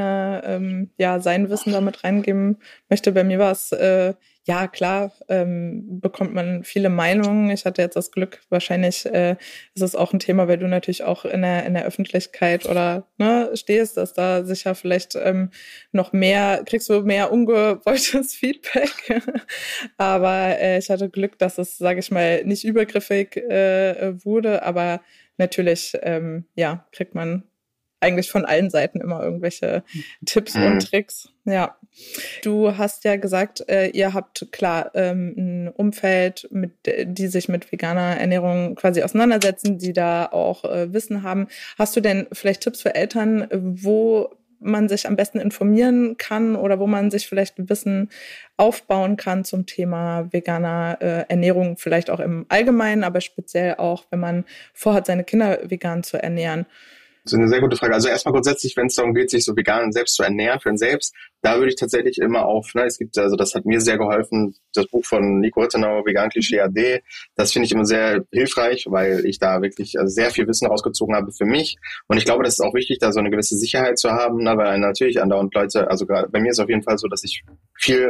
Wissen damit reingeben möchte. Bei mir war es, klar, bekommt man viele Meinungen. Ich hatte jetzt das Glück, wahrscheinlich ist es auch ein Thema, weil du natürlich auch in der Öffentlichkeit oder stehst, dass da sicher vielleicht kriegst du mehr ungewolltes Feedback. Aber ich hatte Glück, dass es, sage ich mal, nicht übergriffig wurde. Aber natürlich, kriegt man eigentlich von allen Seiten immer irgendwelche Tipps und Tricks. Ja. Du hast ja gesagt, ihr habt klar ein Umfeld, die sich mit veganer Ernährung quasi auseinandersetzen, die da auch Wissen haben. Hast du denn vielleicht Tipps für Eltern, wo man sich am besten informieren kann oder wo man sich vielleicht Wissen aufbauen kann zum Thema veganer Ernährung, vielleicht auch im Allgemeinen, aber speziell auch, wenn man vorhat, seine Kinder vegan zu ernähren? Das ist eine sehr gute Frage. Also erstmal grundsätzlich, wenn es darum geht, sich so vegan selbst zu ernähren, für einen selbst, da würde ich tatsächlich immer das hat mir sehr geholfen, das Buch von Nico Rittenau, Vegan Klischee AD, das finde ich immer sehr hilfreich, weil ich da wirklich sehr viel Wissen rausgezogen habe für mich. Und ich glaube, das ist auch wichtig, da so eine gewisse Sicherheit zu haben, weil natürlich andauernd Leute, also gerade bei mir ist es auf jeden Fall so, dass ich viel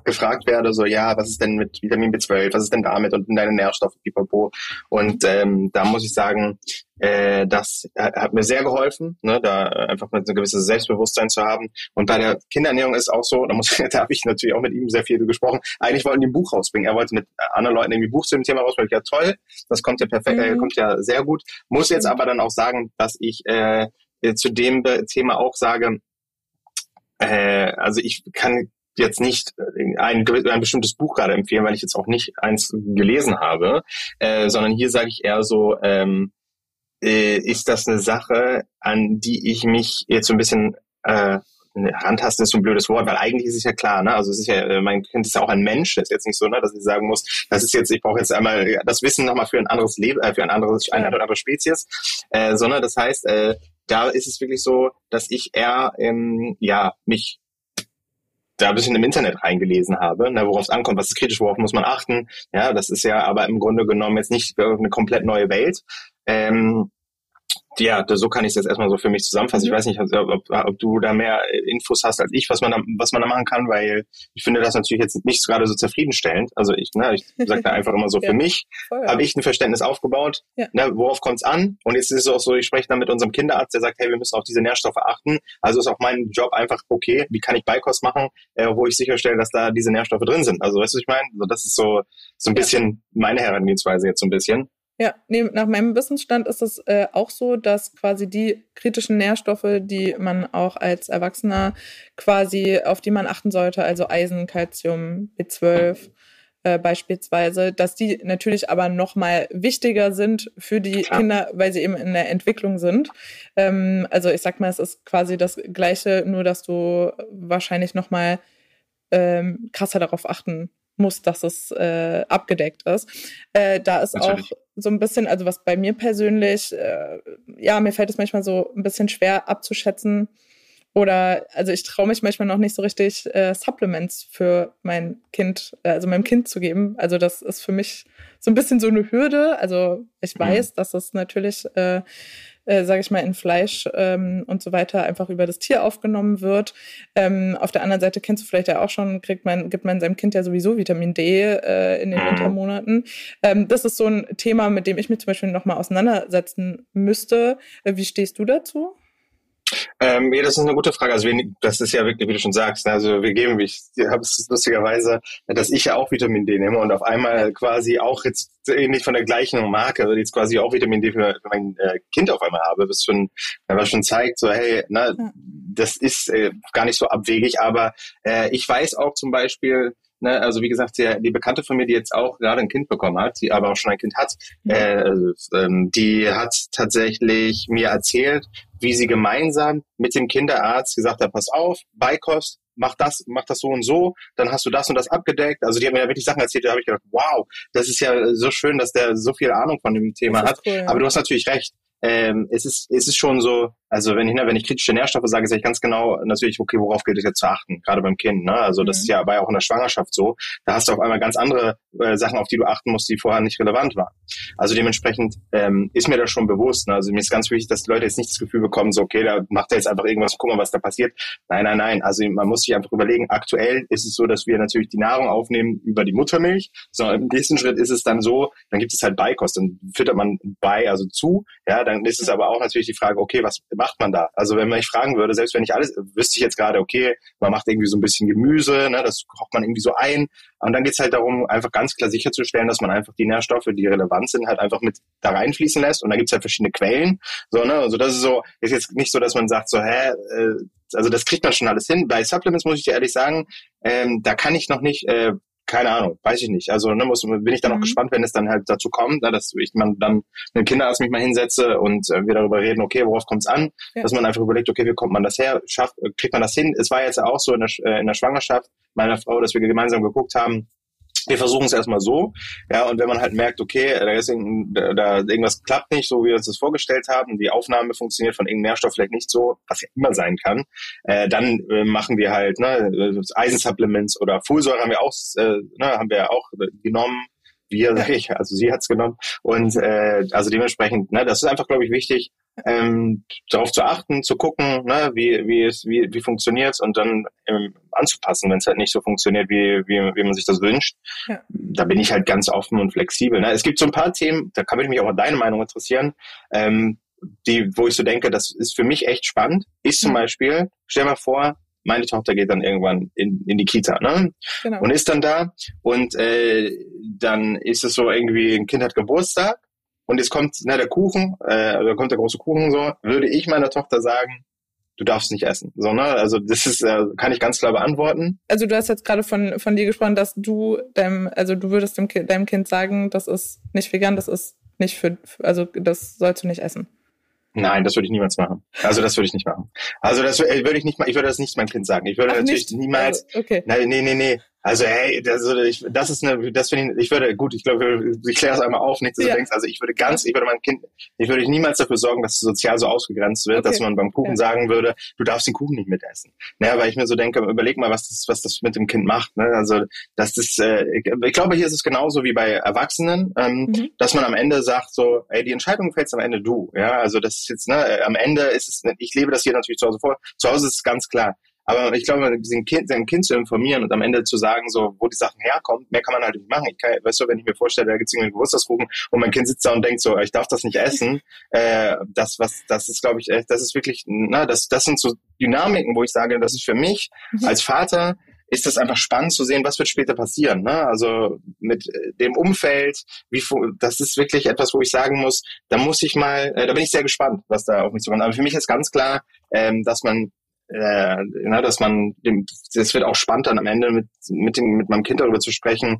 gefragt werde, so, ja, was ist denn mit Vitamin B12, was ist denn damit und deine Nährstoffe, pipapo. Und da muss ich sagen, das hat mir sehr geholfen, ne, da einfach mal ein gewisses Selbstbewusstsein zu haben. Und bei der Kinderernährung ist auch so, da habe ich natürlich auch mit ihm sehr viel gesprochen. Eigentlich wollten die ein Buch rausbringen. Er wollte mit anderen Leuten irgendwie ein Buch zu dem Thema rausbringen. Ja, toll, das kommt ja perfekt, kommt ja sehr gut. Muss jetzt aber dann auch sagen, dass ich zu dem Thema auch sage, also ich kann jetzt nicht ein bestimmtes Buch gerade empfehlen, weil ich jetzt auch nicht eins gelesen habe, sondern hier sage ich eher so, ist das eine Sache, an die ich mich jetzt so ein bisschen rantasten ist so ein blödes Wort, weil eigentlich ist es ja klar, ne? Also es ist ja, mein Kind ist ja auch ein Mensch, das ist jetzt nicht so, ne, dass ich sagen muss, das ist jetzt, ich brauche jetzt einmal das Wissen nochmal für ein anderes Leben, für eine andere Spezies, sondern das heißt, da ist es wirklich so, dass ich eher mich da ein bisschen im Internet reingelesen habe, ne, worauf es ankommt, was ist kritisch, worauf muss man achten. Ja, das ist ja aber im Grunde genommen jetzt nicht eine komplett neue Welt. Ja, so kann ich es jetzt erstmal so für mich zusammenfassen. Ich weiß nicht, ob du da mehr Infos hast als ich, was man da machen kann, weil ich finde das natürlich jetzt nicht gerade so zufriedenstellend. Also ich sage da einfach immer so, für mich habe ich ein Verständnis aufgebaut, ne, worauf kommt es an? Und jetzt ist es auch so, ich spreche da mit unserem Kinderarzt, der sagt, hey, wir müssen auf diese Nährstoffe achten. Also ist auch mein Job einfach, okay, wie kann ich Beikost machen, wo ich sicherstelle, dass da diese Nährstoffe drin sind. Also weißt du, was ich meine? Also das ist so ein bisschen meine Herangehensweise jetzt so ein bisschen. Ja, nach meinem Wissensstand ist es auch so, dass quasi die kritischen Nährstoffe, die man auch als Erwachsener quasi, auf die man achten sollte, also Eisen, Calcium, B12 beispielsweise, dass die natürlich aber noch mal wichtiger sind für die Kinder, weil sie eben in der Entwicklung sind. Also ich sag mal, es ist quasi das Gleiche, nur dass du wahrscheinlich noch mal krasser darauf achten muss, dass es abgedeckt ist. Da ist natürlich auch so ein bisschen, also was bei mir persönlich, mir fällt es manchmal so ein bisschen schwer abzuschätzen oder, also ich traue mich manchmal noch nicht so richtig, Supplements für mein Kind, also meinem Kind zu geben. Also das ist für mich so ein bisschen so eine Hürde. Also ich weiß, dass es natürlich sage ich mal, in Fleisch und so weiter einfach über das Tier aufgenommen wird. Auf der anderen Seite kennst du vielleicht ja auch schon, gibt man seinem Kind ja sowieso Vitamin D in den Wintermonaten. Das ist so ein Thema, mit dem ich mich zum Beispiel nochmal auseinandersetzen müsste. Wie stehst du dazu? Das ist eine gute Frage. Also das ist ja wirklich, wie du schon sagst, also ich habe es lustigerweise, dass ich ja auch Vitamin D nehme und auf einmal quasi auch jetzt ähnlich von der gleichen Marke, also jetzt quasi auch Vitamin D für mein Kind auf einmal habe, was schon zeigt, so hey, das ist gar nicht so abwegig, aber ich weiß auch zum Beispiel, also wie gesagt, die Bekannte von mir, die jetzt auch gerade ein Kind bekommen hat, die aber auch schon ein Kind hat, die hat tatsächlich mir erzählt, wie sie gemeinsam mit dem Kinderarzt gesagt hat, pass auf, Beikost, mach das so und so, dann hast du das und das abgedeckt. Also die haben mir ja wirklich Sachen erzählt, da habe ich gedacht, wow, das ist ja so schön, dass der so viel Ahnung von dem Thema hat. Cool, ja. Aber du hast natürlich recht. Es ist schon so, also wenn ich kritische Nährstoffe sage, sage ich ganz genau natürlich, okay, worauf gilt es jetzt zu achten, gerade beim Kind, ne? Also das ist ja aber auch in der Schwangerschaft so. Da hast du auf einmal ganz andere Sachen, auf die du achten musst, die vorher nicht relevant waren. Also dementsprechend ist mir das schon bewusst. Ne? Also mir ist ganz wichtig, dass die Leute jetzt nicht das Gefühl bekommen, so okay, da macht er jetzt einfach irgendwas, guck mal, was da passiert. Nein. Also man muss sich einfach überlegen, aktuell ist es so, dass wir natürlich die Nahrung aufnehmen über die Muttermilch. So, im nächsten Schritt ist es dann so, dann gibt es halt Beikost, dann füttert man also zu, ja, dann ist es aber auch natürlich die Frage, okay, was macht man da? Also wenn man mich fragen würde, selbst wenn ich alles, wüsste ich jetzt gerade, okay, man macht irgendwie so ein bisschen Gemüse, ne, das kocht man irgendwie so ein. Und dann geht's halt darum, einfach ganz klar sicherzustellen, dass man einfach die Nährstoffe, die relevant sind, halt einfach mit da reinfließen lässt. Und da gibt's halt verschiedene Quellen. So, ne, also das ist jetzt nicht so, dass man sagt, so, also das kriegt man schon alles hin. Bei Supplements muss ich dir ehrlich sagen, da kann ich noch nicht, keine Ahnung, weiß ich nicht. Also bin ich dann auch gespannt, wenn es dann halt dazu kommt, dass ich dann mit dem Kinderarzt mich mal hinsetze und wir darüber reden, okay, worauf kommt es an? Ja. Dass man einfach überlegt, okay, wie kommt man das her? Kriegt man das hin? Es war jetzt auch so in der Schwangerschaft meiner Frau, dass wir gemeinsam geguckt haben, wir versuchen es erstmal so, ja, und wenn man halt merkt, okay, da irgendwas klappt nicht, so wie wir uns das vorgestellt haben, die Aufnahme funktioniert von irgendeinem Nährstoff vielleicht nicht so, was ja immer sein kann, dann machen wir halt Eisensupplements oder Folsäure haben wir auch genommen. Also sie hat's genommen und also dementsprechend, das ist einfach, glaube ich, wichtig, darauf zu achten, zu gucken, ne, wie funktioniert's und dann anzupassen, wenn es halt nicht so funktioniert, wie man sich das wünscht. Ja. Da bin ich halt ganz offen und flexibel. Ne? Es gibt so ein paar Themen, da kann mich auch deine Meinung interessieren, wo ich so denke, das ist für mich echt spannend. Ist zum Beispiel, stell mal vor, meine Tochter geht dann irgendwann in die Kita, ne? Genau. Und ist dann da und dann ist es so irgendwie, ein Kind hat Geburtstag und jetzt kommt der Kuchen, kommt der große Kuchen so, würde ich meiner Tochter sagen, du darfst nicht essen. So, ne? Also das ist, kann ich ganz klar beantworten. Also du hast jetzt gerade von dir gesprochen, dass du würdest deinem Kind sagen, das ist nicht vegan, das ist nicht also das sollst du nicht essen. Nein, das würde ich niemals machen. Also das würde ich nicht machen. Also das würde ich nicht mal, ich würde das nicht meinem Kind sagen. Ich würde natürlich niemals. Also, okay. Nee. Also hey, ich würde, ich glaube, ich kläre es einmal auf, nicht, dass du denkst, also ich würde meinem Kind, ich würde niemals dafür sorgen, dass es sozial so ausgegrenzt wird, dass man beim Kuchen sagen würde, du darfst den Kuchen nicht mitessen. Naja, weil ich mir so denke, überleg mal, was das mit dem Kind macht. Ne? Also das ist, ich glaube, hier ist es genauso wie bei Erwachsenen, dass man am Ende sagt so, ey, die Entscheidung fällst am Ende du. Ja, also das ist jetzt, am Ende ist es, ich lebe das hier natürlich zu Hause vor. Zu Hause ist es ganz klar. Aber ich glaube, sein Kind zu informieren und am Ende zu sagen, so, wo die Sachen herkommen, mehr kann man halt nicht machen. Weißt du, wenn ich mir vorstelle, da gibt's irgendwie einen Geburtstagskuchen und mein Kind sitzt da und denkt so, ich darf das nicht essen, das ist, glaube ich, das ist wirklich, das sind so Dynamiken, wo ich sage, das ist für mich als Vater, ist das einfach spannend zu sehen, was wird später passieren, ne? Also mit dem Umfeld, das ist wirklich etwas, wo ich sagen muss, da bin ich sehr gespannt, was da auf mich zukommt. Aber für mich ist ganz klar, das wird auch spannend dann am Ende mit meinem Kind darüber zu sprechen,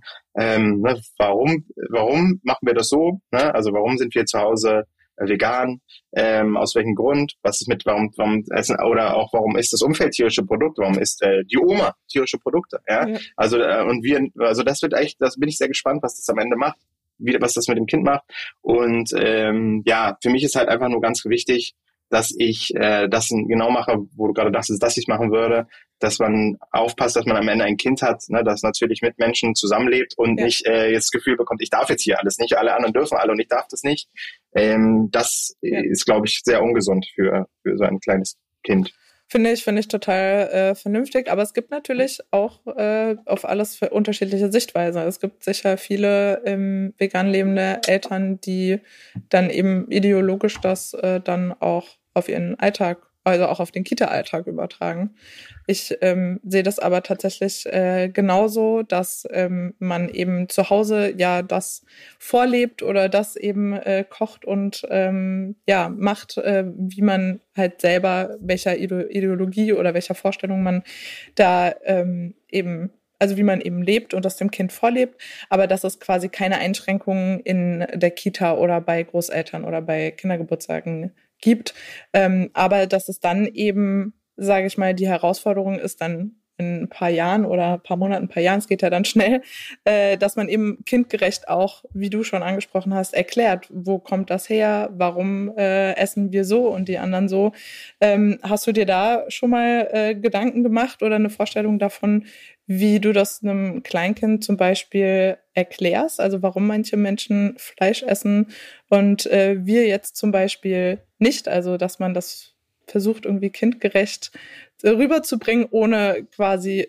warum machen wir das so, ne? Also warum sind wir zu Hause vegan, aus welchem Grund, was ist warum essen, oder auch warum isst das Umfeld tierische Produkte, warum isst die Oma tierische Produkte, ja? Also das wird echt, das bin ich sehr gespannt, was das am Ende macht, was das mit dem Kind macht und für mich ist halt einfach nur ganz wichtig, dass ich das genau mache, wo du gerade dachtest, dass ich machen würde, dass man aufpasst, dass man am Ende ein Kind hat, ne, das natürlich mit Menschen zusammenlebt und nicht jetzt das Gefühl bekommt, ich darf jetzt hier alles nicht, alle anderen dürfen alle und ich darf das nicht. Das ist, glaube ich, sehr ungesund für so ein kleines Kind. Finde ich total vernünftig, aber es gibt natürlich auch auf alles für unterschiedliche Sichtweisen. Es gibt sicher viele vegan lebende Eltern, die dann eben ideologisch das dann auch auf ihren Alltag, also auch auf den Kita-Alltag übertragen. Ich sehe das aber tatsächlich genauso, dass man eben zu Hause ja das vorlebt oder das eben kocht und macht, wie man halt selber, welcher Ideologie oder welcher Vorstellung man da also wie man eben lebt und das dem Kind vorlebt, aber dass es quasi keine Einschränkungen in der Kita oder bei Großeltern oder bei Kindergeburtstagen gibt, aber dass es dann eben, sage ich mal, die Herausforderung ist dann in ein paar Jahren oder ein paar Monaten, ein paar Jahren, es geht ja dann schnell, dass man eben kindgerecht auch, wie du schon angesprochen hast, erklärt, wo kommt das her, warum essen wir so und die anderen so. Hast du dir da schon mal Gedanken gemacht oder eine Vorstellung davon, wie du das einem Kleinkind zum Beispiel erklärst, also warum manche Menschen Fleisch essen und wir jetzt zum Beispiel nicht, also dass man das versucht irgendwie kindgerecht rüberzubringen, ohne quasi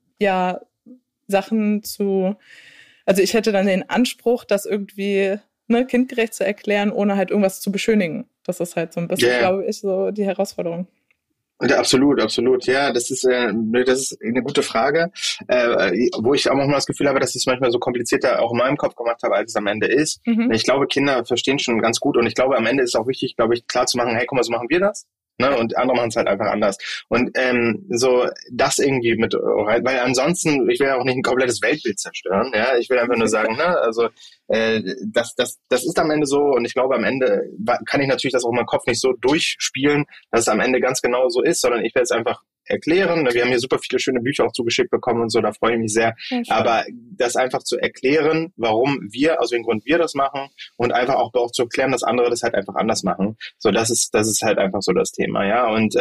Sachen also ich hätte dann den Anspruch, das irgendwie kindgerecht zu erklären, ohne halt irgendwas zu beschönigen. Das ist halt so ein bisschen, glaube ich, so die Herausforderung. Ja, absolut. Ja, das ist eine gute Frage, wo ich auch manchmal das Gefühl habe, dass ich es manchmal so komplizierter auch in meinem Kopf gemacht habe, als es am Ende ist. Ich glaube, Kinder verstehen schon ganz gut und ich glaube, am Ende ist es auch wichtig, glaube ich, klar zu machen, hey, guck mal, so machen wir das. Ne, und andere machen es halt einfach anders. Und so das irgendwie mit rein, weil ansonsten, ich will ja auch nicht ein komplettes Weltbild zerstören, ja. Ich will einfach nur sagen, also das ist am Ende so und ich glaube, am Ende kann ich natürlich das auch in meinem Kopf nicht so durchspielen, dass es am Ende ganz genau so ist, sondern ich werde es einfach erklären. Wir haben hier super viele schöne Bücher auch zugeschickt bekommen und so, da freue ich mich sehr. Ja, aber das einfach zu erklären, aus welchem Grund wir das machen und einfach auch zu erklären, dass andere das halt einfach anders machen. So, das ist halt einfach so das Thema, ja. Und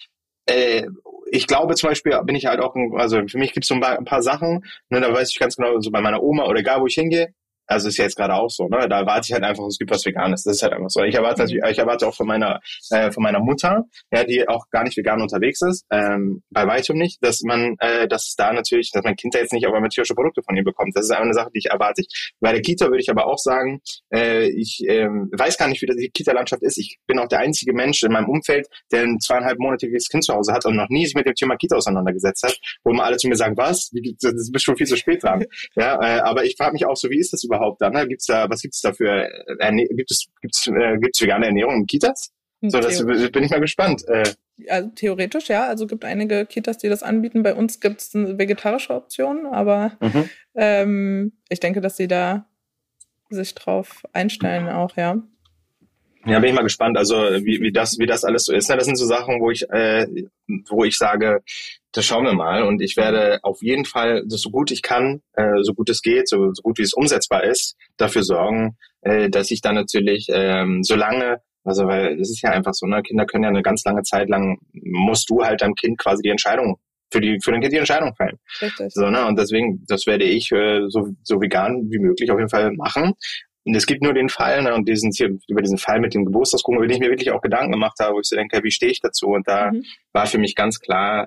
ich glaube zum Beispiel, bin ich halt auch, also für mich gibt es so ein paar Sachen, da weiß ich ganz genau, so bei meiner Oma oder egal, wo ich hingehe, Also ist ja jetzt gerade auch so, ne? Da erwarte ich halt einfach, es gibt was Veganes. Das ist halt einfach so. Ich erwarte auch von meiner Mutter, ja, die auch gar nicht vegan unterwegs ist, bei weitem nicht, dass es da natürlich, dass mein Kind da jetzt nicht auf einmal tierische Produkte von ihr bekommt. Das ist eine Sache, die ich erwarte. Bei der Kita würde ich aber auch sagen, ich weiß gar nicht, wie die Kita-Landschaft ist. Ich bin auch der einzige Mensch in meinem Umfeld, der ein 2,5-monatiges Kind zu Hause hat und noch nie sich mit dem Thema Kita auseinandergesetzt hat, wo immer alle zu mir sagen, was? Du bist schon viel zu spät dran. Ja, aber ich frage mich auch so, wie ist das überhaupt dann? Ne? Was gibt's da für gibt's vegane Ernährung in Kitas? So, das bin ich mal gespannt. Also theoretisch, ja. Also gibt einige Kitas, die das anbieten. Bei uns gibt's eine vegetarische Option, aber ich denke, dass sie da sich drauf einstellen auch, ja. Ja, bin ich mal gespannt, also wie das alles so ist. Das sind so Sachen, wo ich sage, das schauen wir mal, und ich werde auf jeden Fall, so gut ich kann, so gut es geht, so gut wie es umsetzbar ist, dafür sorgen, dass ich dann natürlich weil es ist ja einfach so, ne, Kinder können ja eine ganz lange Zeit lang, musst du halt deinem Kind quasi die Entscheidung für dein Kind die Entscheidung fällen. Richtig. So, ne, und deswegen, das werde ich so vegan wie möglich auf jeden Fall machen. Und es gibt nur den Fall, ne, und über diesen Fall mit dem Geburtstagskuchen, über den ich mir wirklich auch Gedanken gemacht habe, wo ich so denke, wie stehe ich dazu? Und da war für mich ganz klar,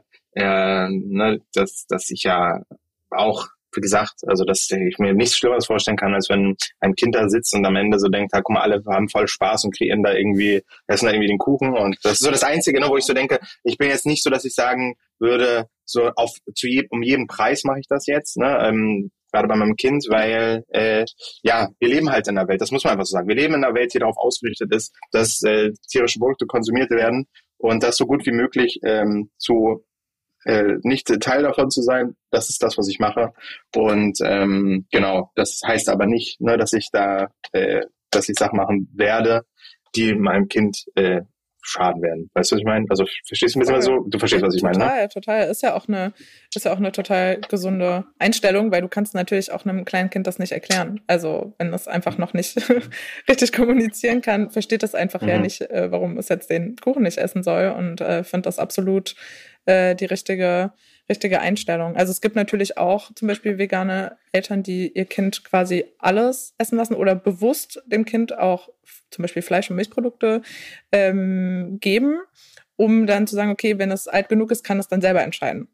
dass ich ja auch, wie gesagt, also dass ich mir nichts Schlimmeres vorstellen kann, als wenn ein Kind da sitzt und am Ende so denkt, guck mal, alle haben voll Spaß und essen da irgendwie den Kuchen. Und das ist so das Einzige, ne, wo ich so denke, ich bin jetzt nicht so, dass ich sagen würde, so um jeden Preis mache ich das jetzt, ne? Gerade bei meinem Kind, weil wir leben halt in einer Welt, das muss man einfach so sagen. Wir leben in einer Welt, die darauf ausgerichtet ist, dass tierische Produkte konsumiert werden und das so gut wie möglich nicht Teil davon zu sein. Das ist das, was ich mache. Und genau, das heißt aber nicht, ne, dass ich Sachen machen werde, die meinem Kind schaden werden. Weißt du, was ich meine? Also verstehst du ein bisschen so? Du verstehst, was ich meine, ne? Total. Ist ja auch eine total gesunde Einstellung, weil du kannst natürlich auch einem kleinen Kind das nicht erklären. Also wenn es einfach noch nicht richtig kommunizieren kann, versteht es einfach ja nicht, warum es jetzt den Kuchen nicht essen soll, und finde das absolut die richtige Einstellung. Also es gibt natürlich auch zum Beispiel vegane Eltern, die ihr Kind quasi alles essen lassen oder bewusst dem Kind auch zum Beispiel Fleisch- und Milchprodukte geben, um dann zu sagen, okay, wenn es alt genug ist, kann es dann selber entscheiden.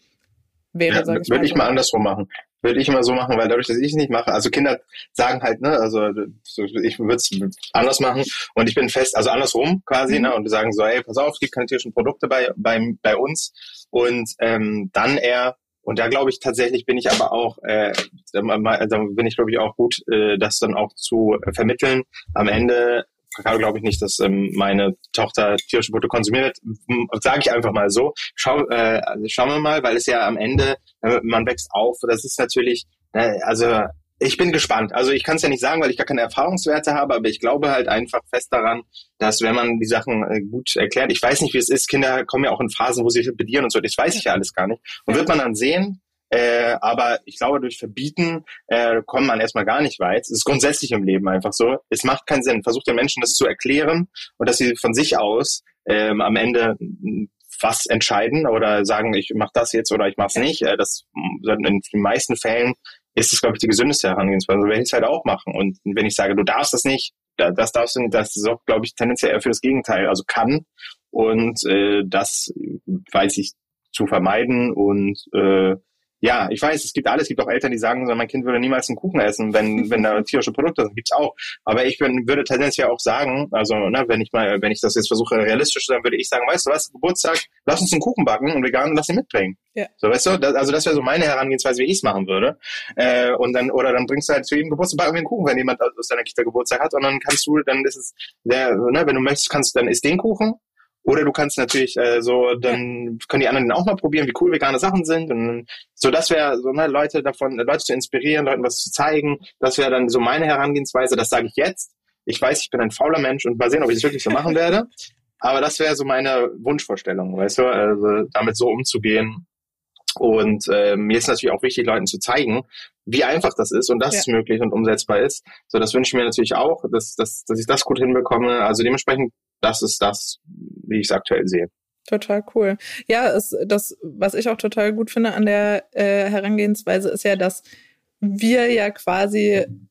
Würde ich mal andersrum machen. Würde ich immer so machen, weil dadurch, dass ich es nicht mache, also Kinder sagen halt, ne, also ich würde es anders machen und ich bin fest, also andersrum quasi, ne, und die sagen so, ey, pass auf, es gibt keine tierischen Produkte bei uns, und dann und da glaube ich tatsächlich bin ich aber auch, da bin ich glaube ich auch gut, das dann auch zu vermitteln. Am Ende glaube ich nicht, dass meine Tochter tierische Produkte konsumiert, sage ich einfach mal so. Schauen wir mal, weil es ja am Ende, man wächst auf, das ist natürlich, also ich bin gespannt. Also ich kann es ja nicht sagen, weil ich gar keine Erfahrungswerte habe, aber ich glaube halt einfach fest daran, dass wenn man die Sachen gut erklärt, ich weiß nicht, wie es ist, Kinder kommen ja auch in Phasen, wo sie sich bedienen und so, das weiß ich ja alles gar nicht. Und wird man dann sehen, aber ich glaube, durch Verbieten kommt man erstmal gar nicht weit. Es ist grundsätzlich im Leben einfach so. Es macht keinen Sinn. Versucht den Menschen das zu erklären und dass sie von sich aus am Ende was entscheiden oder sagen, ich mache das jetzt oder ich mache es nicht. Das in den meisten Fällen ist es, glaube ich, die gesündeste Herangehensweise. Also werde ich es halt auch machen. Und wenn ich sage, du darfst das nicht, das darfst du nicht, das sorgt, glaube ich, tendenziell eher für das Gegenteil. Also kann. Und das weiß ich zu vermeiden. Und ja, ich weiß, es gibt auch Eltern, die sagen, mein Kind würde niemals einen Kuchen essen, wenn da tierische Produkte sind, gibt's auch. Aber ich würde tendenziell auch sagen, also ne, wenn ich das jetzt versuche realistisch zu sagen, würde ich sagen, weißt du was, Geburtstag, lass uns einen Kuchen backen und vegan, lass ihn mitbringen. Ja. So, weißt du, das wäre so meine Herangehensweise, wie ich es machen würde. Und dann bringst du halt zu jedem Geburtstag irgendwie einen Kuchen, wenn jemand aus deiner Kita Geburtstag hat, und dann dann ist es wenn du möchtest, dann isst den Kuchen. Oder du kannst natürlich dann können die anderen auch mal probieren, wie cool vegane Sachen sind. Und so, das wäre so, ne, Leute zu inspirieren, Leuten was zu zeigen. Das wäre dann so meine Herangehensweise. Das sage ich jetzt. Ich weiß, ich bin ein fauler Mensch und mal sehen, ob ich das wirklich so machen werde. Aber das wäre so meine Wunschvorstellung, weißt du, also damit so umzugehen. Und mir ist natürlich auch wichtig, Leuten zu zeigen, wie einfach das ist und dass es möglich und umsetzbar ist. So, das wünsche ich mir natürlich auch, dass ich das gut hinbekomme. Also dementsprechend, das ist das, wie ich es aktuell sehe. Total cool. Ja, das, was ich auch total gut finde an der Herangehensweise, ist ja, dass wir ja quasi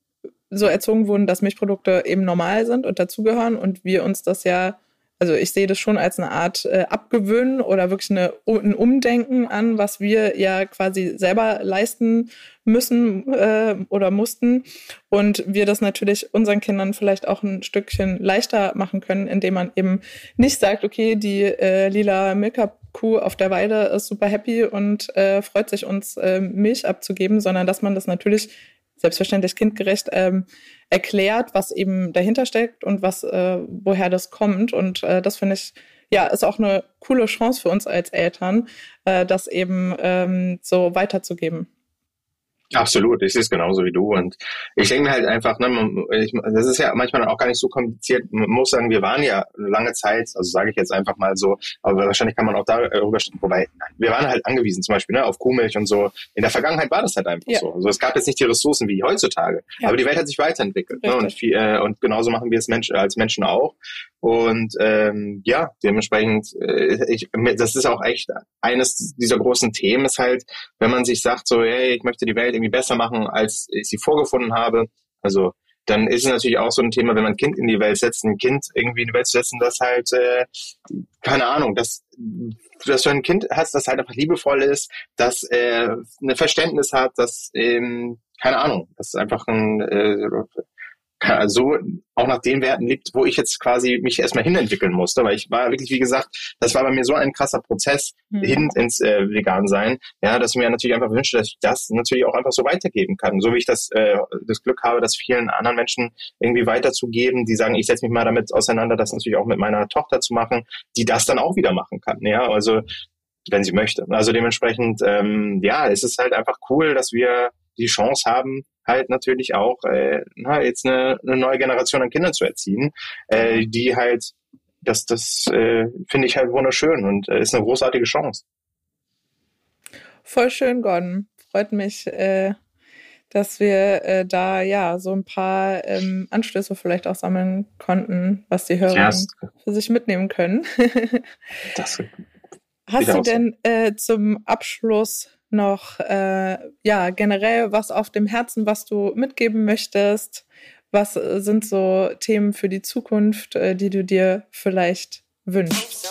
so erzogen wurden, dass Milchprodukte eben normal sind und dazugehören und wir uns das ja, also ich sehe das schon als eine Art Abgewöhnen oder wirklich ein Umdenken an, was wir ja quasi selber leisten müssen oder mussten und wir das natürlich unseren Kindern vielleicht auch ein Stückchen leichter machen können, indem man eben nicht sagt, okay, die lila Milka-Kuh auf der Weide ist super happy und freut sich, uns Milch abzugeben, sondern dass man das natürlich selbstverständlich kindgerecht erklärt, was eben dahinter steckt und woher das kommt. Und das finde ich, ja, ist auch eine coole Chance für uns als Eltern, das eben so weiterzugeben. Absolut, ich sehe es genauso wie du und ich denke mir halt einfach, ne, das ist ja manchmal auch gar nicht so kompliziert. Man muss sagen, wir waren ja eine lange Zeit, also sage ich jetzt einfach mal so, aber wahrscheinlich kann man auch darüber sprechen, wobei, wir waren halt angewiesen zum Beispiel auf Kuhmilch und so. In der Vergangenheit war das halt einfach so. Also es gab jetzt nicht die Ressourcen wie heutzutage, aber die Welt hat sich weiterentwickelt, ne, und genauso machen wir es als Menschen auch. Und dementsprechend, das ist auch echt eines dieser großen Themen, ist halt, wenn man sich sagt, so, hey, ich möchte die Welt irgendwie besser machen, als ich sie vorgefunden habe. Also dann ist es natürlich auch so ein Thema, wenn man ein Kind in die Welt setzt, ein Kind irgendwie in die Welt zu setzen, das halt, keine Ahnung, dass du ein Kind hast, das halt einfach liebevoll ist, das ein Verständnis hat, das, keine Ahnung, das einfach so auch nach den Werten liegt, wo ich jetzt quasi mich erstmal hinentwickeln musste, weil ich war wirklich, wie gesagt, das war bei mir so ein krasser Prozess hin ins Vegan-Sein, ja, dass ich mir natürlich einfach wünsche, dass ich das natürlich auch einfach so weitergeben kann, so wie ich das Glück habe, das vielen anderen Menschen irgendwie weiterzugeben, die sagen, ich setze mich mal damit auseinander, das natürlich auch mit meiner Tochter zu machen, die das dann auch wieder machen kann, ja, also wenn sie möchte. Also dementsprechend, es ist halt einfach cool, dass wir die Chance haben, halt natürlich auch jetzt eine neue Generation an Kindern zu erziehen, die halt, das finde ich halt wunderschön und ist eine großartige Chance. Voll schön, Gordon. Freut mich, dass wir da ja so ein paar Anstöße vielleicht auch sammeln konnten, was die Hörer für sich mitnehmen können. Hast du denn zum Abschluss noch generell was auf dem Herzen, was du mitgeben möchtest? Was sind so Themen für die Zukunft, die du dir vielleicht wünschst?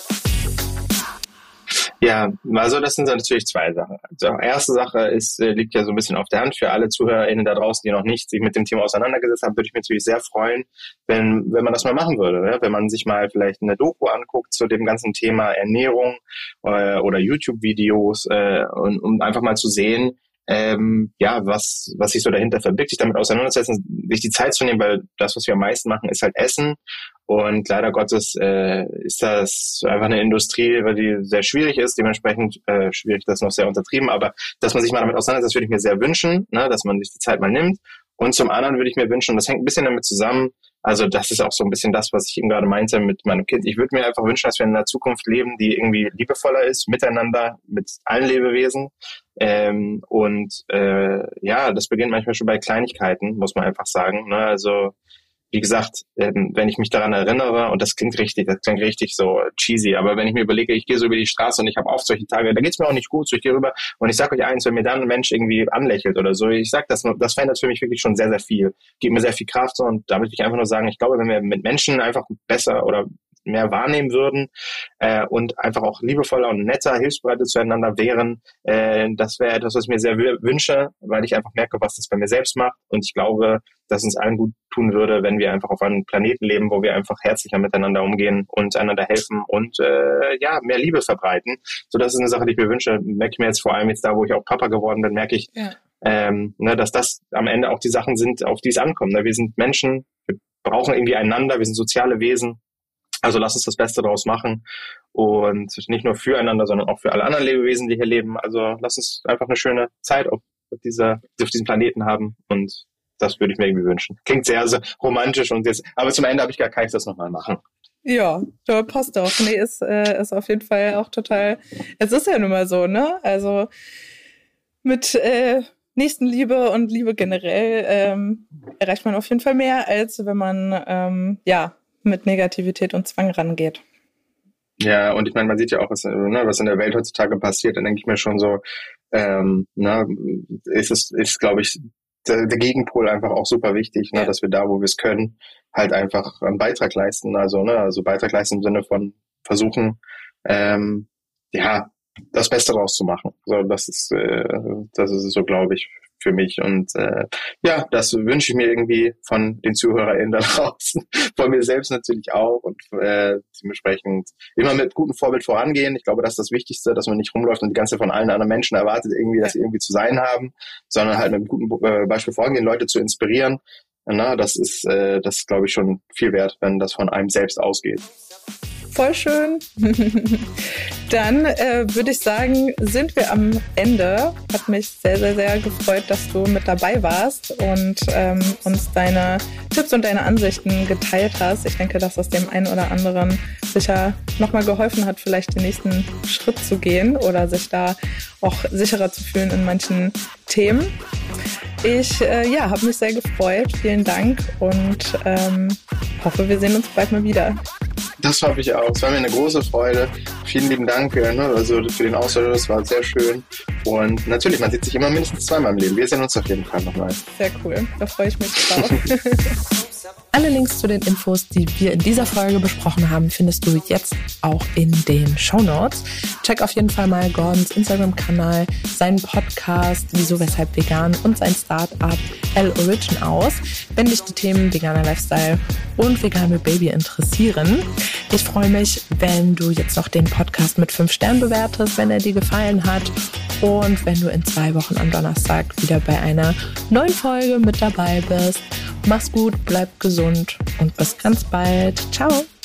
Ja, also das sind natürlich zwei Sachen. Also erste Sache liegt ja so ein bisschen auf der Hand für alle ZuhörerInnen da draußen, die noch nicht sich mit dem Thema auseinandergesetzt haben, würde ich mich natürlich sehr freuen, wenn man das mal machen würde, ne? Wenn man sich mal vielleicht eine Doku anguckt zu dem ganzen Thema Ernährung oder YouTube-Videos um einfach mal zu sehen, was sich so dahinter verbirgt, sich damit auseinandersetzen, sich die Zeit zu nehmen, weil das, was wir am meisten machen, ist halt Essen. Und leider Gottes ist das einfach eine Industrie, weil die sehr schwierig ist, dementsprechend schwierig, das ist noch sehr untertrieben, aber dass man sich mal damit auseinandersetzt, das würde ich mir sehr wünschen, ne, dass man sich die Zeit mal nimmt. Und zum anderen würde ich mir wünschen, und das hängt ein bisschen damit zusammen, also das ist auch so ein bisschen das, was ich eben gerade meinte mit meinem Kind. Ich würde mir einfach wünschen, dass wir in einer Zukunft leben, die irgendwie liebevoller ist, miteinander, mit allen Lebewesen. Das beginnt manchmal schon bei Kleinigkeiten, muss man einfach sagen. Ne? Also wie gesagt, wenn ich mich daran erinnere, und das klingt richtig so cheesy, aber wenn ich mir überlege, ich gehe so über die Straße und ich habe oft solche Tage, da geht's mir auch nicht gut, so ich gehe rüber und ich sage euch eins, wenn mir dann ein Mensch irgendwie anlächelt oder so, ich sag das verändert für mich wirklich schon sehr, sehr viel, gibt mir sehr viel Kraft und da würde ich einfach nur sagen, ich glaube, wenn wir mit Menschen einfach besser oder mehr wahrnehmen würden und einfach auch liebevoller und netter, hilfsbereiter zueinander wären, das wäre etwas, was ich mir sehr wünsche, weil ich einfach merke, was das bei mir selbst macht und ich glaube, dass uns allen gut tun würde, wenn wir einfach auf einem Planeten leben, wo wir einfach herzlicher miteinander umgehen und einander helfen und mehr Liebe verbreiten. So, das ist eine Sache, die ich mir wünsche. Merke ich mir jetzt vor allem jetzt da, wo ich auch Papa geworden bin, merke ich, dass das am Ende auch die Sachen sind, auf die es ankommt. Wir sind Menschen, wir brauchen irgendwie einander, wir sind soziale Wesen. Also lass uns das Beste daraus machen und nicht nur füreinander, sondern auch für alle anderen Lebewesen, die hier leben. Also lass uns einfach eine schöne Zeit auf diesem Planeten haben und das würde ich mir irgendwie wünschen. Klingt sehr, sehr romantisch und jetzt, aber zum Ende kann ich das nochmal machen. Ja, passt doch. Nee, ist auf jeden Fall auch total, es ist ja nun mal so, ne? Also mit Nächstenliebe und Liebe generell erreicht man auf jeden Fall mehr, als wenn man mit Negativität und Zwang rangeht. Ja, und ich meine, man sieht ja auch, was in der Welt heutzutage passiert, dann denke ich mir schon so, ist glaube ich, der Gegenpol einfach auch super wichtig, ne, dass wir da, wo wir es können, halt einfach einen Beitrag leisten. Also Beitrag leisten im Sinne von versuchen, das Beste draus zu machen. So, das ist so, glaube ich, für mich. Und das wünsche ich mir irgendwie von den ZuhörerInnen da draußen, von mir selbst natürlich auch. Und dementsprechend immer mit gutem Vorbild vorangehen. Ich glaube, das ist das Wichtigste, dass man nicht rumläuft und die ganze Zeit von allen anderen Menschen erwartet, irgendwie, dass sie irgendwie zu sein haben, sondern halt mit einem guten Beispiel vorangehen, Leute zu inspirieren. Na, das ist, glaube ich, schon viel wert, wenn das von einem selbst ausgeht. Voll schön. Dann würde ich sagen, sind wir am Ende. Hat mich sehr, sehr, sehr gefreut, dass du mit dabei warst und uns deine Tipps und deine Ansichten geteilt hast. Ich denke, dass das dem einen oder anderen sicher nochmal geholfen hat, vielleicht den nächsten Schritt zu gehen oder sich da auch sicherer zu fühlen in manchen Themen. Ich habe mich sehr gefreut. Vielen Dank und hoffe, wir sehen uns bald mal wieder. Das hoffe ich auch. Es war mir eine große Freude. Vielen lieben Dank für den Austausch. Das war sehr schön. Und natürlich, man sieht sich immer mindestens zweimal im Leben. Wir sehen uns auf jeden Fall nochmal. Sehr cool. Da freue ich mich drauf. Alle Links zu den Infos, die wir in dieser Folge besprochen haben, findest du jetzt auch in den Shownotes. Check auf jeden Fall mal Gordons Instagram-Kanal, seinen Podcast Wieso, Weshalb Vegan und sein Startup L-Origin aus, wenn dich die Themen veganer Lifestyle und vegan mit Baby interessieren. Ich freue mich, wenn du jetzt noch den Podcast mit 5 Sternen bewertest, wenn er dir gefallen hat. Und wenn du in 2 Wochen am Donnerstag wieder bei einer neuen Folge mit dabei bist. Mach's gut, bleib gesund und bis ganz bald. Ciao!